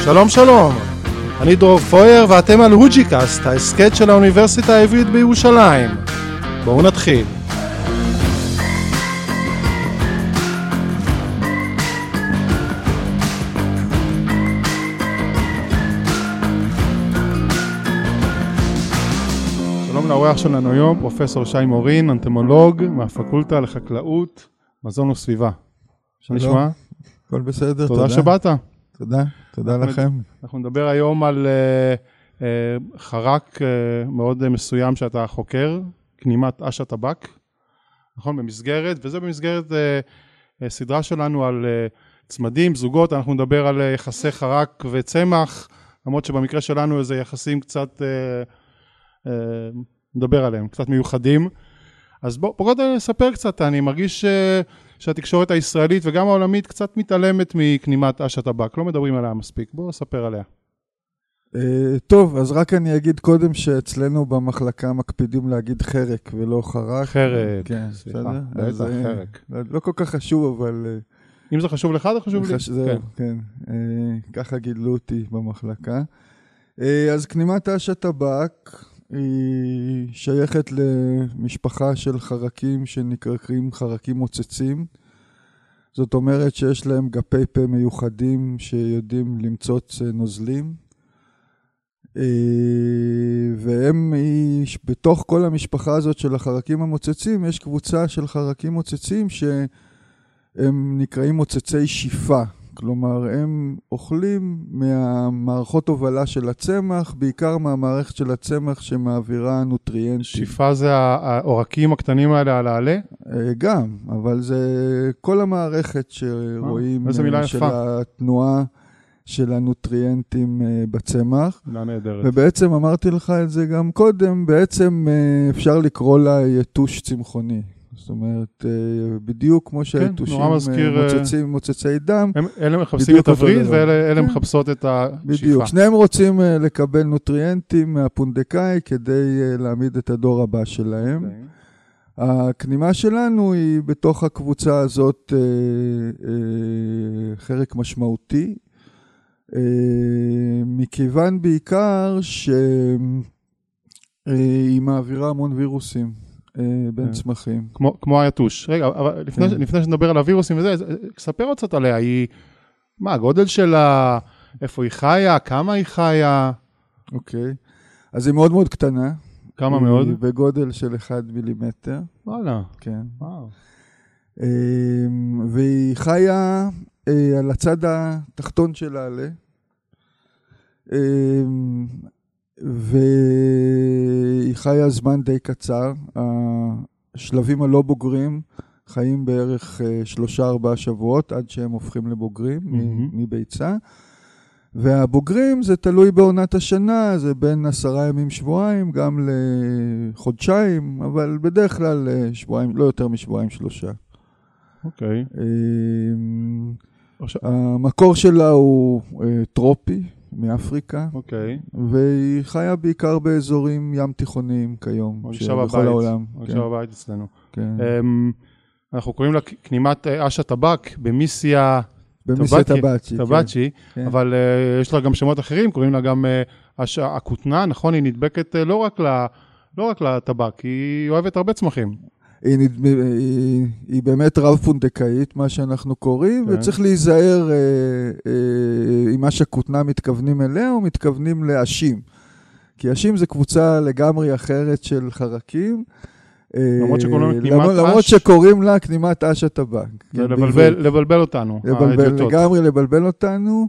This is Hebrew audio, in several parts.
שלום שלום, אני דרור פויר ואתם על הוג'יקאסט, ההסקט של האוניברסיטה העברית בירושלים. בואו נתחיל. שלום לאורח שלנו היום, פרופסור שי מורין, אנטומולוג מהפקולטה לחקלאות, מזון וסביבה. שלום, הכל בסדר, תודה שבאת. תודה לכם. אנחנו נדבר היום על חרק מאוד מסוים שאתה חוקר, כנימת אש הטבק, נכון? וזה במסגרת סדרה שלנו על צמדים, זוגות, אנחנו נדבר על יחסי חרק וצמח, למרות שבמקרה שלנו איזה יחסים קצת, נדבר עליהם, קצת מיוחדים. אז בואו קודם נספר קצת, אני מרגיש שהתקשורת הישראלית וגם העולמית קצת מתעלמת מכנימת אש הטבק, לא מדברים עליה מספיק, בואו נספר עליה. טוב, אז רק אני אגיד קודם שאצלנו במחלקה מקפידים להגיד חרק ולא חרק. חרק, כן, סליחה, בטח חרק. לא כל כך חשוב, אבל... אם זה חשוב לך, זה חשוב לי. זהו, כן. ככה גידלו אותי במחלקה. אז כנימת אש הטבק היא שייכת למשפחה של חרקים שנקראים חרקים מוצצים. זאת אומרת שיש להם גפי פה מיוחדים שיודעים למצוץ נוזלים. והם, בתוך כל המשפחה הזאת של החרקים המוצצים, יש קבוצה של חרקים מוצצים שהם נקראים מוצצי שיפה. כלומר, הם אוכלים מהמערכות הובלה של הצמח, בעיקר מהמערכת של הצמח שמעבירה נוטריאנטים. שיפה זה העורקים הקטנים האלה על העלה? גם, אבל זה כל המערכת שרואים של התנועה של הנוטריאנטים בצמח. מילה נהדרת. ובעצם אמרתי לך את זה גם קודם, בעצם אפשר לקרוא לה יתוש צמחוני. זאת אומרת, בדיוק כמו שהיתושים מוצצי דם. אלה מחפשים את הווריד ואלה מחפשות את השיפה. בדיוק, שניהם רוצים לקבל נוטריאנטים מהפונדקאי כדי להעמיד את הדור הבא שלהם. הכנימה שלנו היא בתוך הקבוצה הזאת חרק משמעותי, מכיוון בעיקר שהיא מעבירה המון וירוסים. בין צמחים. כמו היתוש. רגע, אבל לפני שנדבר על הווירוסים וזה, ספר עוד קצת עליה, מה הגודל שלה, איפה היא חיה, כמה היא חיה? אוקיי, אז היא מאוד מאוד קטנה. כמה מאוד? היא בגודל של 1 מילימטר. וואלה. כן. וואו. והיא חיה על הצד התחתון של העלה. והיא חיה זמן די קצר. השלבים הלא בוגרים חיים בערך 3-4 שבועות עד שהם הופכים לבוגרים מביצה. והבוגרים זה תלוי בעונת השנה, זה בין 10 ימים שבועיים, גם לחודשיים, אבל בדרך כלל שבועיים, לא יותר משבועיים 3. אוקיי. המקור שלה הוא טרופי. מאפריקה, והיא חיה בעיקר באזורים ים תיכוניים כיום, בכל העולם. עכשיו בבית אצלנו. אנחנו קוראים לה כנימת אש הטבק במיסיה טבצ'י, אבל יש לה גם שמות אחרים, קוראים לה גם אש הכותנה, נכון? היא נדבקת לא רק לטבק, היא אוהבת הרבה צמחים. היא באמת רב פונדקאית, מה שאנחנו קוראים, וצריך להיזהר אם מה שכותנה מתכוונים אליה או מתכוונים לאשים. כי אשים זה קבוצה לגמרי אחרת של חרקים, למרות שקוראים לה כנימת אש הטבק. לבלבל אותנו. לגמרי לבלבל אותנו,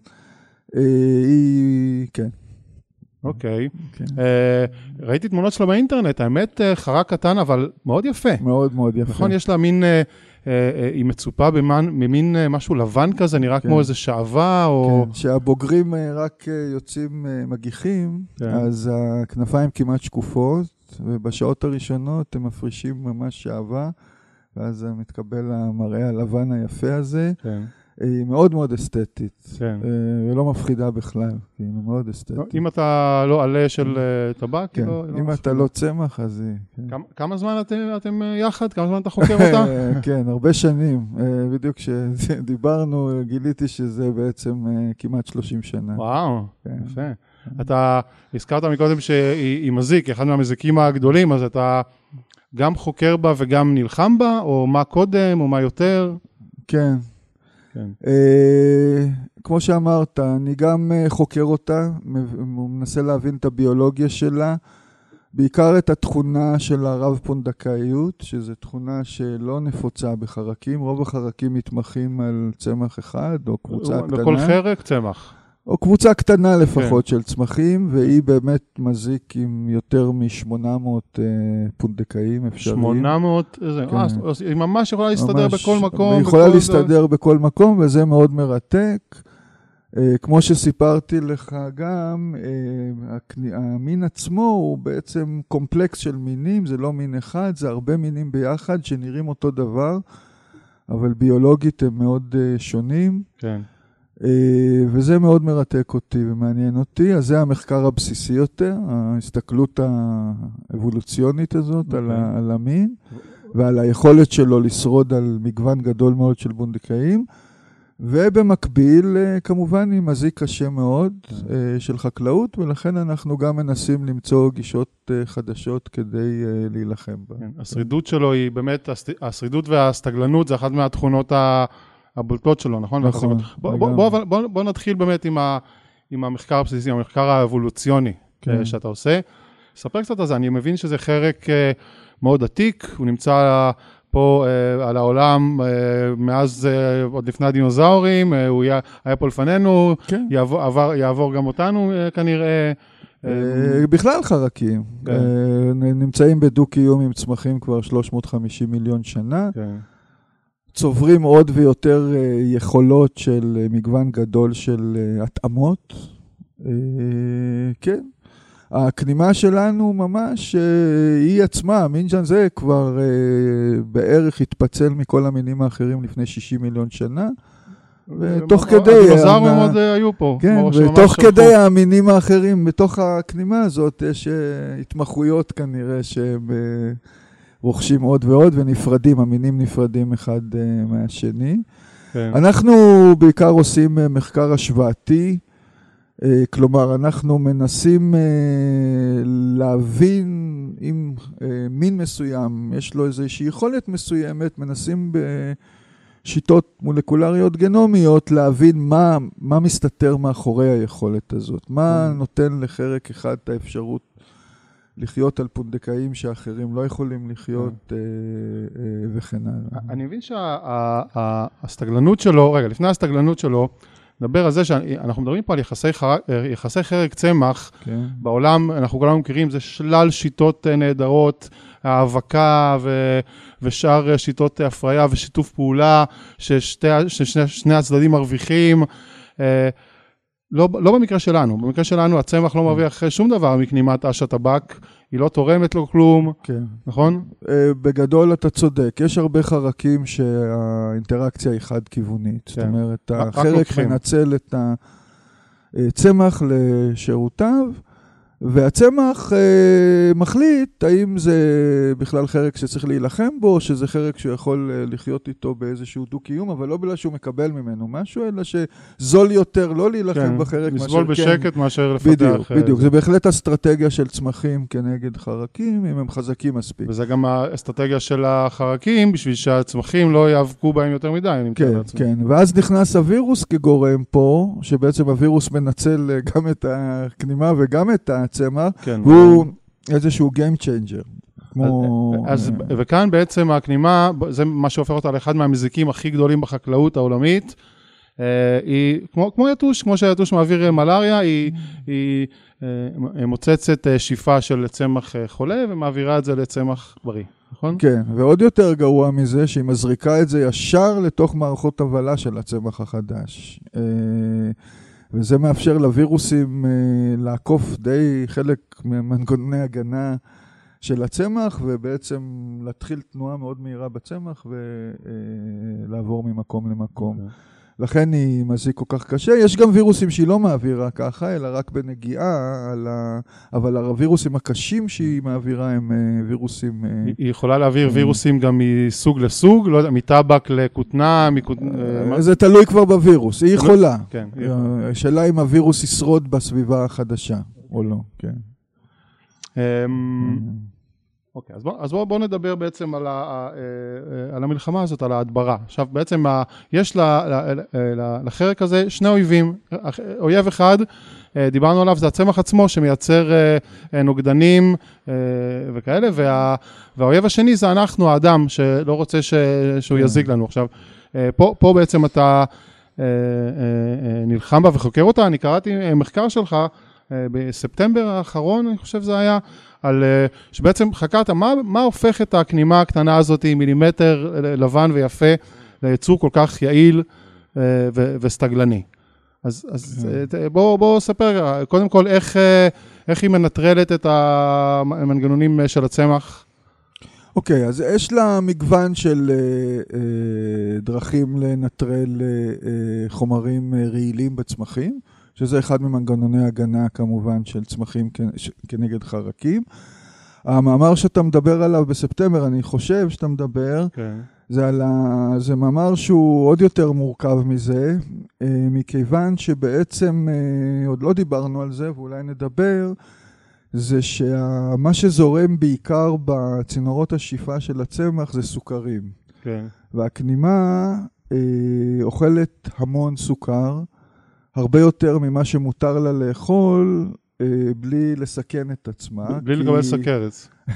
כן. אוקיי. ראיתי תמונות שלה באינטרנט, האמת חרק קטן, אבל מאוד יפה. מאוד מאוד יפה. נכון, יש לה מין, היא מצופה במין משהו לבן כזה, נראה כמו איזה שעבה או... כן, שהבוגרים רק יוצאים מגיחים, אז הכנפיים כמעט שקופות, ובשעות הראשונות הם מפרישים ממש שעבה, ואז מתקבל המראה הלבן היפה הזה. כן. היא מאוד מאוד אסתטית, כן. ולא מפחידה בכלל, היא מאוד אסתטית. אם אתה לא עלה של טבק, כן, אם אתה לא צמח, אז היא... כמה זמן אתם יחד? כמה זמן אתה חוקר אותה? כן, הרבה שנים. בדיוק כשדיברנו, גיליתי שזה בעצם כמעט 30 שנה. וואו, יפה. אתה הזכרת מקודם שהיא מזיק, אחד מהמזיקים הגדולים, אז אתה גם חוקר בה וגם נלחם בה, או מה קודם, או מה יותר? כן. כמו שאמרת, אני גם חוקר אותה, מנסה להבין את הביולוגיה שלה, בעיקר את התכונה של הרב פונדקאיות, שזו תכונה שלא נפוצה בחרקים, רוב החרקים מתמחים על צמח אחד או קבוצה קטנה. בכל חרק צמח. או קבוצה קטנה לפחות של צמחים, והיא באמת מזיק עם יותר מ-800 פונדקאים אפשריים. 800? היא ממש יכולה להסתדר בכל מקום. היא יכולה להסתדר בכל מקום, וזה מאוד מרתק. כמו שסיפרתי לך גם, המין עצמו הוא בעצם קומפלקס של מינים, זה לא מין אחד, זה הרבה מינים ביחד שנראים אותו דבר, אבל ביולוגית הם מאוד שונים. כן. וזה מאוד מרתק אותי ומעניין אותי, אז זה המחקר הבסיסי יותר, ההסתכלות האבולוציונית הזאת על המין, ועל היכולת שלו לשרוד על מגוון גדול מאוד של פונדקאים, ובמקביל כמובן היא מזיק קשה מאוד של חקלאות, ולכן אנחנו גם מנסים למצוא גישות חדשות כדי להילחם בה. השרידות שלו היא באמת, השרידות והסתגלנות זה אחת מהתכונות הבולטות שלו, נכון? נכון. בוא נתחיל באמת עם המחקר הבסיסי, המחקר האבולוציוני שאתה עושה. ספר קצת על זה, אני מבין שזה חרק מאוד עתיק, הוא נמצא פה על העולם מאז עוד לפני הדינוזאורים, הוא היה פה לפנינו, יעבור גם אותנו כנראה. בכלל חרקים, נמצאים בדו-קיום עם צמחים כבר 350 מיליון שנה, צוברים עוד ויותר יכולות של מגוון גדול של התאמות. כן. הכנימה שלנו ממש, היא עצמה, המינג'ן זה כבר בערך התפצל מכל המינים האחרים לפני 60 מיליון שנה. ותוך כדי... הדינוזאורים עוד היו פה. כן, ותוך כדי המינים האחרים, בתוך הכנימה הזאת, יש התמחויות כנראה שהם... רוכשים עוד ועוד ונפרדים, המינים נפרדים אחד מהשני. כן. אנחנו בעיקר עושים מחקר השוואתי, כלומר אנחנו מנסים להבין אם מין מסוים, יש לו איזושהי יכולת מסוימת, מנסים בשיטות מולקולריות גנומיות להבין מה מסתתר מאחורי היכולת הזאת, מה נותן לחרק אחד את האפשרות לחיות על פונדקאים שאחרים לא יכולים לחיות וכן הלאה. אני מבין שהסתגלנות שלו, רגע, לפני הסתגלנות שלו, נדבר על זה שאנחנו מדברים פה על יחסי חרק צמח, בעולם אנחנו כולנו מכירים, זה שלל שיטות נהדרות, האבקה ושאר שיטות הפריה ושיתוף פעולה, ששני הצדדים מרוויחים, לא במקרה שלנו, במקרה שלנו הצמח לא מרוויח שום דבר מקנימת אש הטבק, היא לא תורמת לו כלום, נכון? בגדול אתה צודק, יש הרבה חרקים שהאינטראקציה היא חד-כיוונית, זאת אומרת, החרק מנצל את הצמח לשירותיו, והצמח מחליט האם זה בכלל חרק שצריך להילחם בו, שזה חרק שהוא יכול לחיות איתו באיזשהו דו-קיום, אבל לא בגלל שהוא מקבל ממנו משהו, אלא שזול יותר לא להילחם בחרק. לסבול בשקט מאשר לפתח. בדיוק, זה בהחלט אסטרטגיה של צמחים כנגד חרקים, אם הם חזקים מספיק. וזה גם האסטרטגיה של החרקים, בשביל שהצמחים לא יאבקו בהם יותר מדי. כן, ואז נכנס הווירוס כגורם פה, שבעצם הווירוס מנצל גם את הכנימה וגם את הצמח, והוא איזשהו game changer. וכאן בעצם הכנימה, זה מה שהופך אותה לאחד מהמזיקים הכי גדולים בחקלאות העולמית, היא כמו יתוש, כמו שהיתוש מעביר מלאריה, היא מוצצת שיפה של צמח חולה, ומעבירה את זה לצמח בריא, נכון? כן, ועוד יותר גרוע מזה, שהיא מזריקה את זה ישר לתוך מערכות הובלה של הצמח החדש. וזה מאפשר לווירוסים לעקוף די חלק ממנגנוני הגנה של הצמח, ובעצם להתחיל תנועה מאוד מהירה בצמח ולעבור ממקום למקום. לכן היא מזיק כל כך קשה. יש גם וירוסים שהיא לא מעבירה ככה, אלא רק בנגיעה, אבל הווירוסים הקשים שהיא מעבירה הם וירוסים... היא יכולה להעביר וירוסים גם מסוג לסוג, לא יודע, מטבק לכותנה, זה תלוי כבר בווירוס, היא יכולה. השאלה אם הווירוס ישרוד בסביבה החדשה, או לא, כן. אוקיי, אז בואו נדבר בעצם על המלחמה הזאת, על ההדברה. עכשיו, בעצם יש לחרק הזה שני אויבים. אויב אחד, דיברנו עליו, זה הצמח עצמו שמייצר נוגדנים וכאלה, והאויב השני זה אנחנו, האדם, שלא רוצה שהוא יזיק לנו. עכשיו, פה בעצם אתה נלחם בה וחוקר אותה. אני קראתי מחקר שלך בספטמבר האחרון, אני חושב זה היה, על שבעצם חקרת מה הופך את הקנימה הקטנה הזאת מילימטר לבן ויפה ליצור כל כך יעיל וסטגלני. אז בוא ספר קודם כל איך היא מנטרלת את המנגנונים של הצמח. אוקיי, אז יש לה מגוון של דרכים לנטרל חומרים רעילים בצמחים, שזה אחד ממנגנוני הגנה כמובן של צמחים כנגד חרקים. המאמר שאתה מדבר עליו בספטמבר, אני חושב שאתה מדבר, זה מאמר שהוא עוד יותר מורכב מזה, מכיוון שבעצם, עוד לא דיברנו על זה ואולי נדבר, זה שמה שזורם בעיקר בצינורות השאיפה של הצמח זה סוכרים. כן. והקנימה אוכלת המון סוכר, הרבה יותר ממה שמותר לה לאכול, בלי לסכן את עצמה. בלי לקבל סכרת.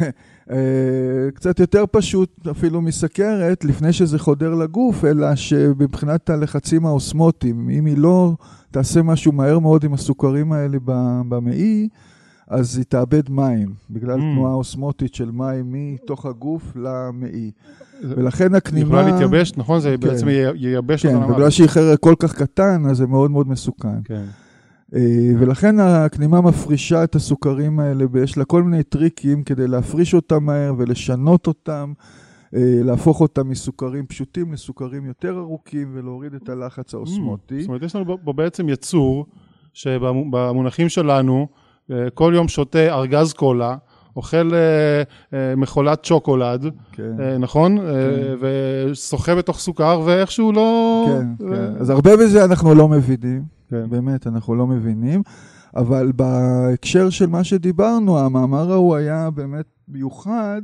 קצת יותר פשוט אפילו מסכרת, לפני שזה חודר לגוף, אלא שבבחינת הלחצים האוסמוטיים, אם היא לא תעשה משהו מהר מאוד עם הסוכרים האלה במעי, אז היא תאבד מים, בגלל תנועה אוסמוטית של מים מתוך הגוף למעי. ולכן הקנימה... היא יכולה להתייבש, נכון? זה בעצם ייבש אותה. כן, בגלל שהיא חרק כל כך קטן, אז זה מאוד מאוד מסוכן. כן. ולכן הקנימה מפרישה את הסוכרים האלה, ויש לה כל מיני טריקים כדי להפריש אותם מהר ולשנות אותם, להפוך אותם מסוכרים פשוטים לסוכרים יותר ארוכים, ולהוריד את הלחץ האוסמוטי. זאת אומרת, יש לנו בו בעצם יצור, שבמונחים שלנו, כל יום שותה ארגז קולה, אוכל מחולת שוקולד, נכון? ושוחה בתוך סוכר, ואיכשהו לא... כן, כן. אז הרבה בזה אנחנו לא מבינים, באמת אנחנו לא מבינים, אבל בהקשר של מה שדיברנו, המאמר ההוא היה באמת מיוחד,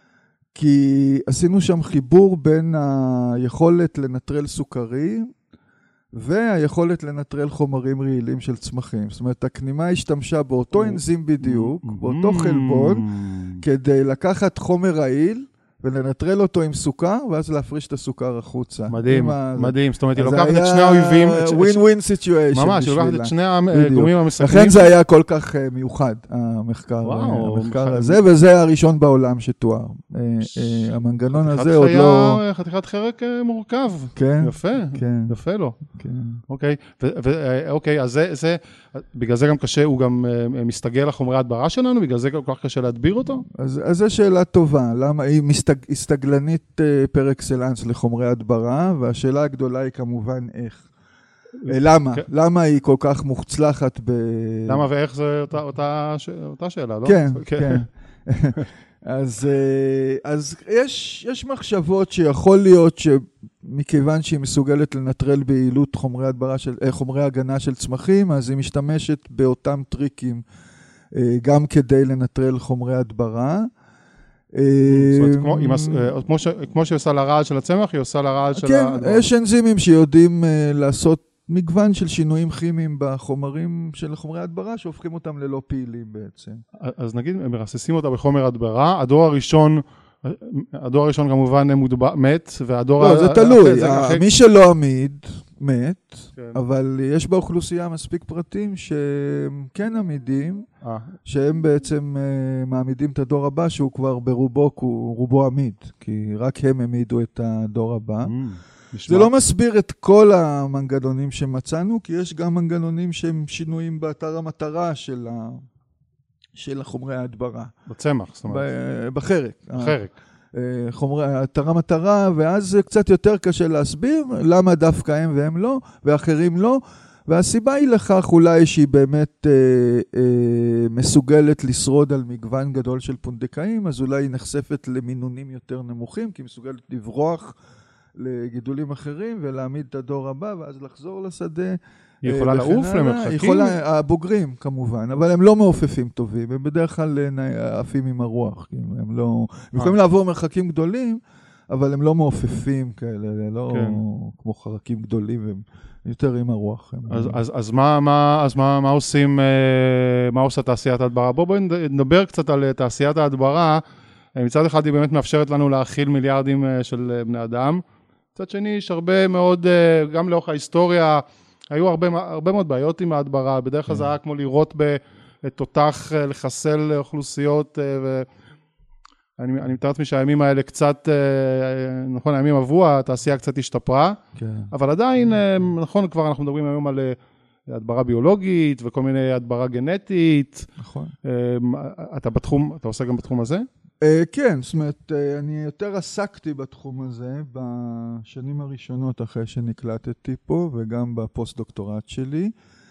כי עשינו שם חיבור בין היכולת לנטרל סוכרים, והיכולת לנטרל חומרים רעילים של צמחים. זאת אומרת, הקנימה השתמשה באותו אנזים בדיוק, באותו חלבון, כדי לקחת חומר רעיל, ולנטרל אותו עם סוכר, ואז להפריש את הסוכר החוצה. מדהים, מדהים. זאת אומרת, היא לוקחת את שני האויבים. ווין סיטואשן. ממש, היא לוקחת את שני הגורמים המסכנים. לכן זה היה כל כך מיוחד, המחקר הזה, וזה הראשון בעולם שתואר. המנגנון הזה עוד לא... חתיכת חרק מורכב. כן. יפה, יפה לו. אוקיי, אז זה, בגלל זה גם קשה, הוא גם מסתגל לחומרי ההדברה שלנו, בגלל זה כל כך קשה להדביר אותו? אז זו שאלה טובה. למה היא הסתגלנית פר אקסלנס לחומרי הדברה, והשאלה הגדולה היא כמובן איך. למה? למה היא כל כך מוצלחת למה ואיך זה אותה שאלה, לא? כן, כן. אז יש מחשבות שיכול להיות שמכיוון שהיא מסוגלת לנטרל ביעילות חומרי הגנה של צמחים, אז היא משתמשת באותם טריקים גם כדי לנטרל חומרי הדברה. כמו שהיא עושה לרעל של הצמח, היא עושה לרעל של הדברה. כן, יש אנזימים שיודעים לעשות מגוון של שינויים כימיים בחומרים של חומרי הדברה, שהופכים אותם ללא פעילים בעצם. אז נגיד, הם מרססים אותה בחומר הדברה, הדור הראשון כמובן מת, והדור... לא, זה תלוי, מי שלא עמיד, מת, אבל יש באוכלוסייה מספיק פרטים שהם כן עמידים, שהם בעצם מעמידים את הדור הבא, שהוא כבר ברובו עמיד, כי רק הם עמידו את הדור הבא. זה לא מסביר את כל המנגנונים שמצאנו, כי יש גם מנגנונים שהם שינויים באתר המטרה של חומרי ההדברה. בצמח, זאת אומרת. בחרק. בחרק. אתר המטרה, ואז זה קצת יותר קשה להסביר למה דווקא הם והם לא, ואחרים לא, והסיבה היא לכך אולי שהיא באמת מסוגלת לשרוד על מגוון גדול של פונדקאים, אז אולי היא נחשפת למינונים יותר נמוכים, כי היא מסוגלת לברוח לגידולים אחרים ולהעמיד את הדור הבא, ואז לחזור לשדה. היא יכולה לעוף למרחקים? הבוגרים כמובן, אבל הם לא מעופפים טובים, הם בדרך כלל עפים עם הרוח, הם לא, הם יכולים לעבור מרחקים גדולים, אבל הם לא מעופפים כאלה, לא כמו חרקים גדולים, הם יותר עם הרוח. אז מה עושים, מה עושה תעשיית ההדברה? בואו נדבר קצת על תעשיית ההדברה. מצד אחד היא באמת מאפשרת לנו להכיל מיליארדים של בני אדם. מצד שני, יש הרבה מאוד, גם לאורך ההיסטוריה, היו הרבה מאוד בעיות עם ההדברה. בדרך כלל זה היה כמו לראות בתותח לחסל אוכלוסיות, אני מתאר לעצמי שהימים האלה קצת, נכון, הימים עברו, התעשייה קצת השתפרה, אבל עדיין, נכון, כבר אנחנו מדברים היום על הדברה ביולוגית וכל מיני הדברה גנטית. נכון. אתה עושה גם בתחום הזה? כן, זאת אומרת, אני יותר עסקתי בתחום הזה בשנים הראשונות אחרי שנקלטתי פה, וגם בפוסט-דוקטורט שלי.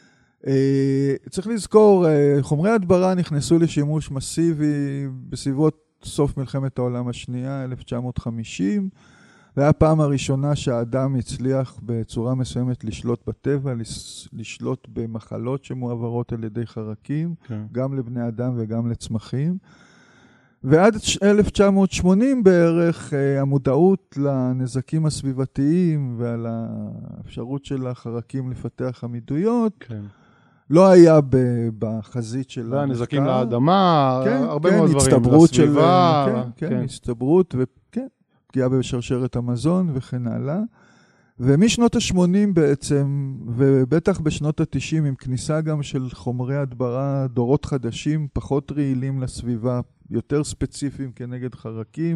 צריך לזכור, חומרי הדברה נכנסו לשימוש מסיבי בסביבות סוף מלחמת העולם השנייה, 1950, והיה הפעם הראשונה שהאדם הצליח בצורה מסוימת לשלוט בטבע, לשלוט במחלות שמועברות על ידי חרקים, גם לבני אדם וגם לצמחים. ועד 1980 בערך המודעות לנזקים הסביבתיים ועל האפשרות של החרקים לפתח עמידויות, לא היה בחזית של המחקר. נזקים לאדמה, הרבה מאוד דברים, לסביבה. כן, הסתברות פגיעה בשרשרת המזון וכן הלאה. ומשנות ה-80 בעצם, ובטח בשנות ה-90, עם כניסה גם של חומרי הדברה, דורות חדשים, פחות רעילים לסביבה, יותר ספציפיים כנגד חרקים,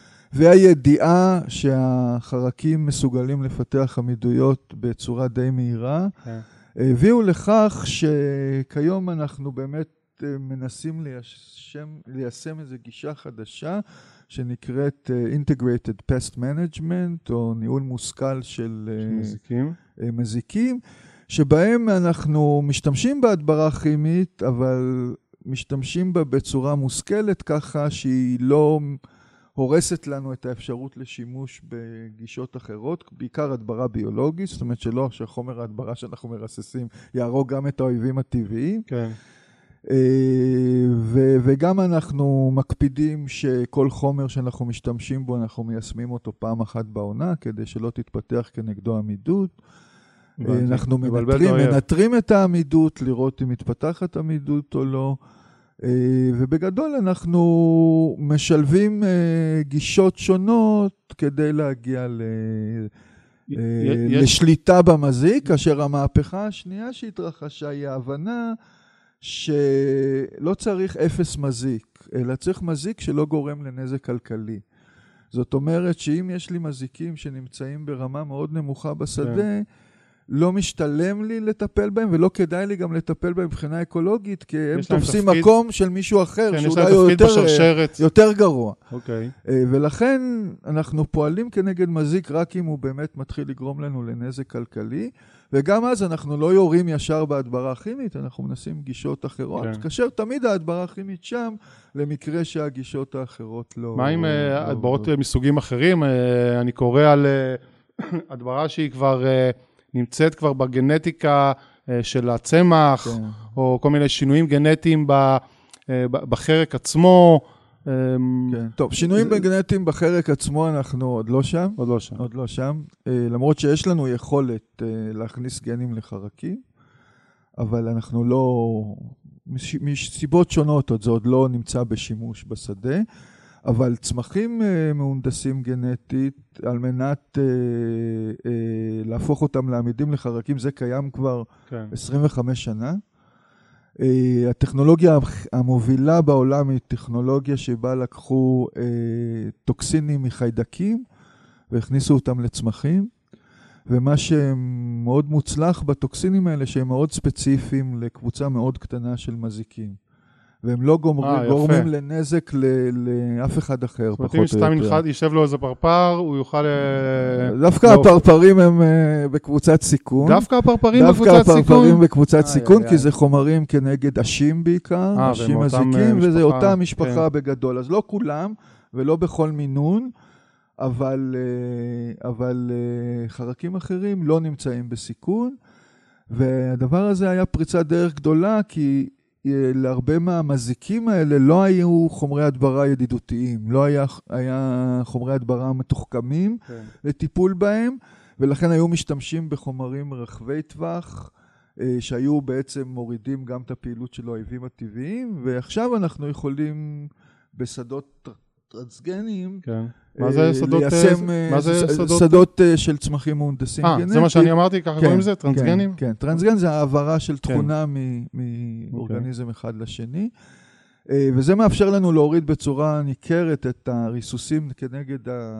והידיעה שהחרקים מסוגלים לפתח עמידויות בצורה די מהירה, הביאו לכך שכיום אנחנו באמת מנסים ליישם איזו גישה חדשה, שנקראת Integrated Pest Management, או ניהול מושכל של מזיקים, שבהם אנחנו משתמשים בהדברה כימית, אבל משתמשים בה בצורה מושכלת, ככה שהיא לא הורסת לנו את האפשרות לשימוש בגישות אחרות, בעיקר הדברה ביולוגית, זאת אומרת שלא שחומר ההדברה שאנחנו מרססים יהרוג גם את האויבים הטבעיים. כן. וגם אנחנו מקפידים שכל חומר שאנחנו משתמשים בו, אנחנו מיישמים אותו פעם אחת בעונה, כדי שלא תתפתח כנגדו עמידות. אנחנו מנטרים את העמידות, לראות אם מתפתחת עמידות או לא. ובגדול אנחנו משלבים גישות שונות כדי להגיע לשליטה במזיק, כאשר המהפכה השנייה שהתרחשה היא ההבנה שלא צריך אפס מזיק, אלא צריך מזיק שלא גורם לנזק כלכלי. זאת אומרת שאם יש לי מזיקים שנמצאים ברמה מאוד נמוכה בשדה, לא משתלם לי לטפל בהם, ולא כדאי לי גם לטפל בהם מבחינה אקולוגית, כי הם תופסים מקום של מישהו אחר, שאולי הוא יותר גרוע. ולכן אנחנו פועלים כנגד מזיק, רק אם הוא באמת מתחיל לגרום לנו לנזק כלכלי, וגם אז אנחנו לא יורים ישר בהדברה הכימית, אנחנו מנסים גישות אחרות, כאשר תמיד ההדברה הכימית שם, למקרה שהגישות האחרות לא... מה עם הדברות מסוגים אחרים? אני קורא על הדברה שהיא כבר... נמצאת כבר בגנטיקה של הצמח, או כל מיני שינויים גנטיים בחרק עצמו. טוב, שינויים גנטיים בחרק עצמו אנחנו עוד לא שם. עוד לא שם. למרות שיש לנו יכולת להכניס גנים לחרקים, אבל אנחנו לא, מסיבות שונות עוד זה עוד לא נמצא בשימוש בשדה. אבל צמחים מהונדסים גנטית, על מנת להפוך אותם לעמידים לחרקים, זה קיים כבר 25 שנה. הטכנולוגיה המובילה בעולם היא טכנולוגיה שבה לקחו טוקסינים מחיידקים, והכניסו אותם לצמחים. ומה שמאוד מוצלח בטוקסינים האלה, שהם מאוד ספציפיים לקבוצה מאוד קטנה של מזיקים. והם לא גורמים לנזק לאף אחד אחר, פחות או יותר. זאת אומרת, אם סתם יישב לו איזה פרפר, הוא יוכל... דווקא הפרפרים הם בקבוצת סיכון. דווקא הפרפרים בקבוצת סיכון? דווקא הפרפרים בקבוצת סיכון, כי זה חומרים כנגד אשים בעיקר, אשים מזיקים, וזה אותה משפחה בגדול. אז לא כולם, ולא בכל מינון, אבל חרקים אחרים לא נמצאים בסיכון, והדבר הזה היה פריצת דרך גדולה, כי להרבה מהמזיקים האלה לא היו חומרי הדברה ידידותיים, לא היה חומרי הדברה מתוחכמים לטיפול בהם, ולכן היו משתמשים בחומרים רחבי טווח, שהיו בעצם מורידים גם את הפעילות של האויבים הטבעיים, ועכשיו אנחנו יכולים בשדות טרנסגנים, מה זה שדות של צמחים מהונדסים גנטית. זה מה שאני אמרתי, ככה קוראים לזה? טרנסגנים? כן, טרנסגן זה העברה של תכונה מאורגניזם אחד לשני, וזה מאפשר לנו להוריד בצורה ניכרת את הריסוסים כנגד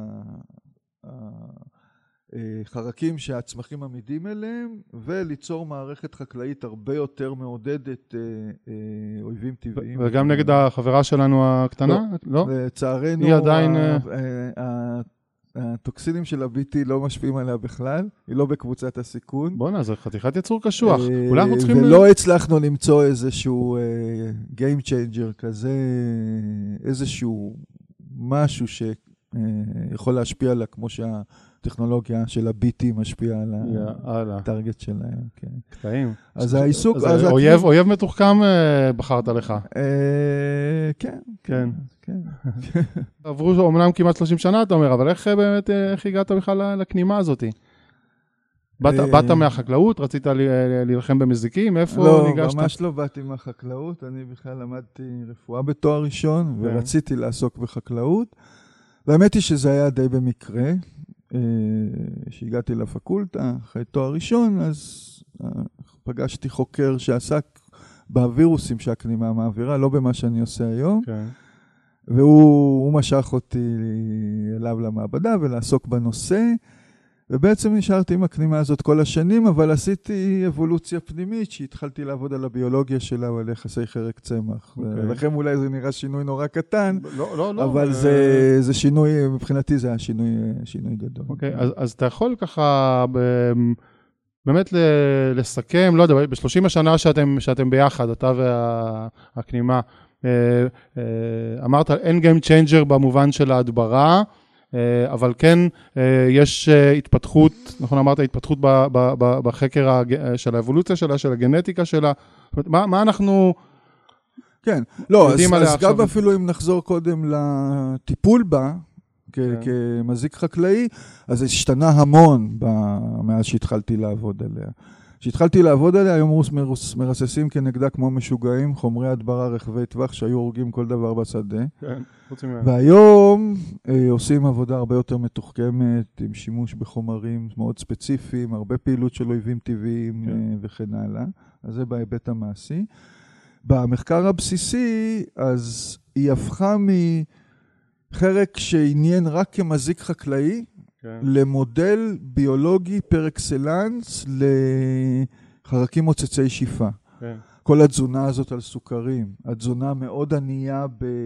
חרקים שהצמחים עמידים אליהם, וליצור מערכת חקלאית הרבה יותר מעודדת אויבים טבעיים. וגם נגד החברה שלנו הקטנה? לא. לצערנו, היא עדיין... הטוקסינים של ה-BT לא משפיעים עליה בכלל, היא לא בקבוצת הסיכון. בוא'נה, זה חתיכת יצור קשוח. אולי אנחנו צריכים... ולא הצלחנו למצוא איזשהו game changer כזה, איזשהו משהו שיכול להשפיע עליה, כמו הטכנולוגיה של ה-BT משפיעה על הטרגט שלהם. קטעים. אז העיסוק... אויב מתוחכם בחרת לך. כן. עברו אומנם כמעט 30 שנה, אתה אומר, אבל איך באמת, איך הגעת בכלל לקנימה הזאת? באת מהחקלאות? רצית להילחם במזיקים? איפה ניגשת? לא, ממש לא באתי מהחקלאות. אני בכלל למדתי רפואה בתואר ראשון, ורציתי לעסוק בחקלאות. והאמת היא שזה היה די במקרה. שהגעתי לפקולטה אחרי תואר ראשון, אז פגשתי חוקר שעסק בווירוסים שהקנימה מעבירה, לא במה שאני עושה היום, והוא משך אותי אליו למעבדה ולעסוק בנושא, ובעצם נשארתי עם הקנימה הזאת כל השנים, אבל עשיתי אבולוציה פנימית, שהתחלתי לעבוד על הביולוגיה שלה ועל יחסי חרק צמח. ולכם אולי זה נראה שינוי נורא קטן, אבל זה שינוי, מבחינתי זה היה שינוי גדול. אוקיי, אז אתה יכול ככה באמת לסכם, לא יודע, ב-30 השנה שאתם ביחד, אתה והקנימה, אמרת, אין game changer במובן של ההדברה, אבל כן יש התפתחות, נכון אמרת, התפתחות בחקר של האבולוציה שלה, של הגנטיקה שלה, מה אנחנו... כן, לא, אז גם אפילו אם נחזור קודם לטיפול בה, כמזיק חקלאי, אז זה השתנה המון מאז שהתחלתי לעבוד עליה. כשהתחלתי לעבוד עליה, היום מרססים כנגדה כמו משוגעים, חומרי הדברה רחבי טווח שהיו הורגים כל דבר בשדה. כן, חוץ ממנו. והיום עושים עבודה הרבה יותר מתוחכמת, עם שימוש בחומרים מאוד ספציפיים, הרבה פעילות של אויבים טבעיים וכן הלאה. אז זה בהיבט המעשי. במחקר הבסיסי, אז היא הפכה מחרק שעניין רק כמזיק חקלאי, למודל ביולוגי פר אקסלנס לחרקים מוצצי שיפה. כל התזונה הזאת על סוכרים, התזונה מאוד ענייה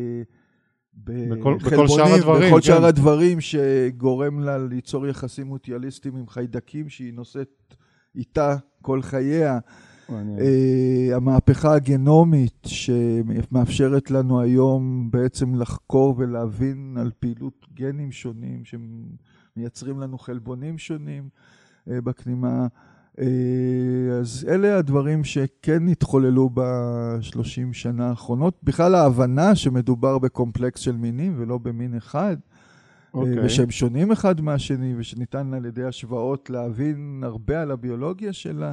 בחלבונים, בכל שאר הדברים שגורם לה ליצור יחסים מוטיאליסטיים עם חיידקים שהיא נושאת איתה כל חייה. המהפכה הגנומית שמאפשרת לנו היום בעצם לחקור ולהבין על פעילות גנים שונים מייצרים לנו חלבונים שונים בקנימה. אז אלה הדברים שכן התחוללו ב-30 שנה האחרונות. בכלל ההבנה שמדובר בקומפלקס של מינים ולא במין אחד, ושהם שונים אחד מהשני, ושניתן על ידי השוואות להבין הרבה על הביולוגיה שלה.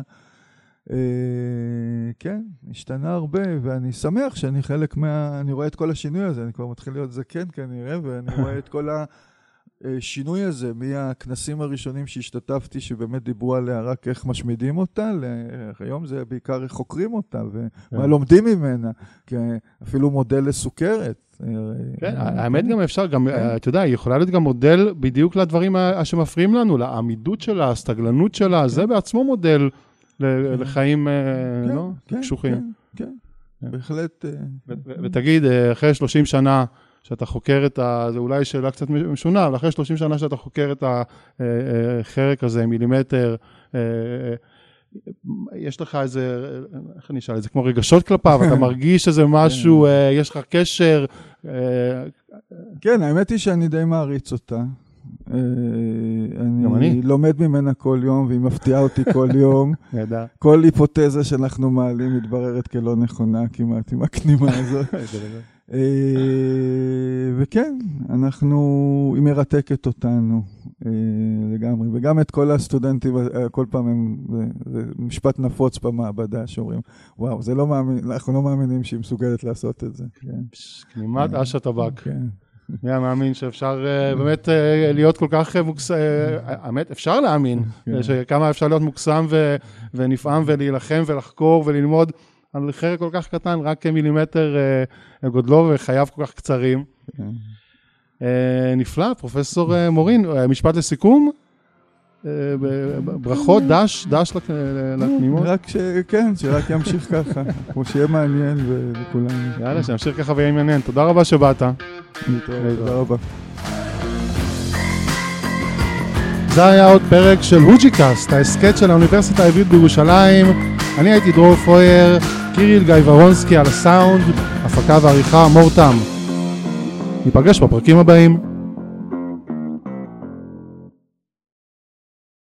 כן, השתנה הרבה, ואני שמח שאני חלק אני רואה את כל השינוי הזה, אני כבר מתחיל להיות זקן כנראה, ואני רואה את כל השינוי הזה, מהכנסים הראשונים שהשתתפתי, שבאמת דיברו עליה רק איך משמידים אותה, היום זה בעיקר איך חוקרים אותה, ומה לומדים ממנה, כי אפילו מודל לסוכרת. כן, האמת גם אפשר, גם, אתה יודע, היא יכולה להיות גם מודל בדיוק לדברים שמפריעים לנו, לעמידות שלה, הסתגלנות שלה, זה בעצמו מודל לחיים קשוחים. בהחלט. ותגיד, אחרי 30 שנה שאתה חוקר זה אולי שאלה קצת משונה, אבל אחרי 30 שנה שאתה חוקר את החרק הזה, מילימטר, יש לך איזה, איך אני אשאל, זה כמו רגשות כלפיו, אתה מרגיש איזה משהו, יש לך קשר. כן, האמת היא שאני די מעריץ אותה. אני לומד ממנה כל יום, והיא מפתיעה אותי כל יום. כל היפותזה שאנחנו מעלים מתבררת כלא נכונה כמעט עם הכנימה הזאת. וכן, היא מרתקת אותנו לגמרי, וגם את כל הסטודנטים, כל פעם זה משפט נפוץ במעבדה שאומרים, וואו, אנחנו לא מאמינים שהיא מסוגלת לעשות את זה. כנימת אשה טבק. מי המאמין שאפשר באמת להיות כל כך מוקסם, האמת, אפשר להאמין, שכמה אפשר להיות מוקסם ונפעם ולהילחם ולחקור וללמוד על חרק כל כך קטן, רק מילימטר גודלו וחייו כל כך קצרים. נפלא, פרופסור מורין, משפט לסיכום? ברכות, דש לקנימות? כן, שרק ימשיך ככה, כמו שיהיה מעניין וכולם. יאללה, שימשיך ככה ויהיה מעניין. תודה רבה שבאת. תודה רבה. זה היה עוד פרק של הוג'יקאסט, ההסקט של האוניברסיטה העברית בירושלים. אני הייתי דרור פויר, קיריל גיא ורונסקי על הסאונד, הפקה ועריכה מור תם. ניפגש בפרקים הבאים.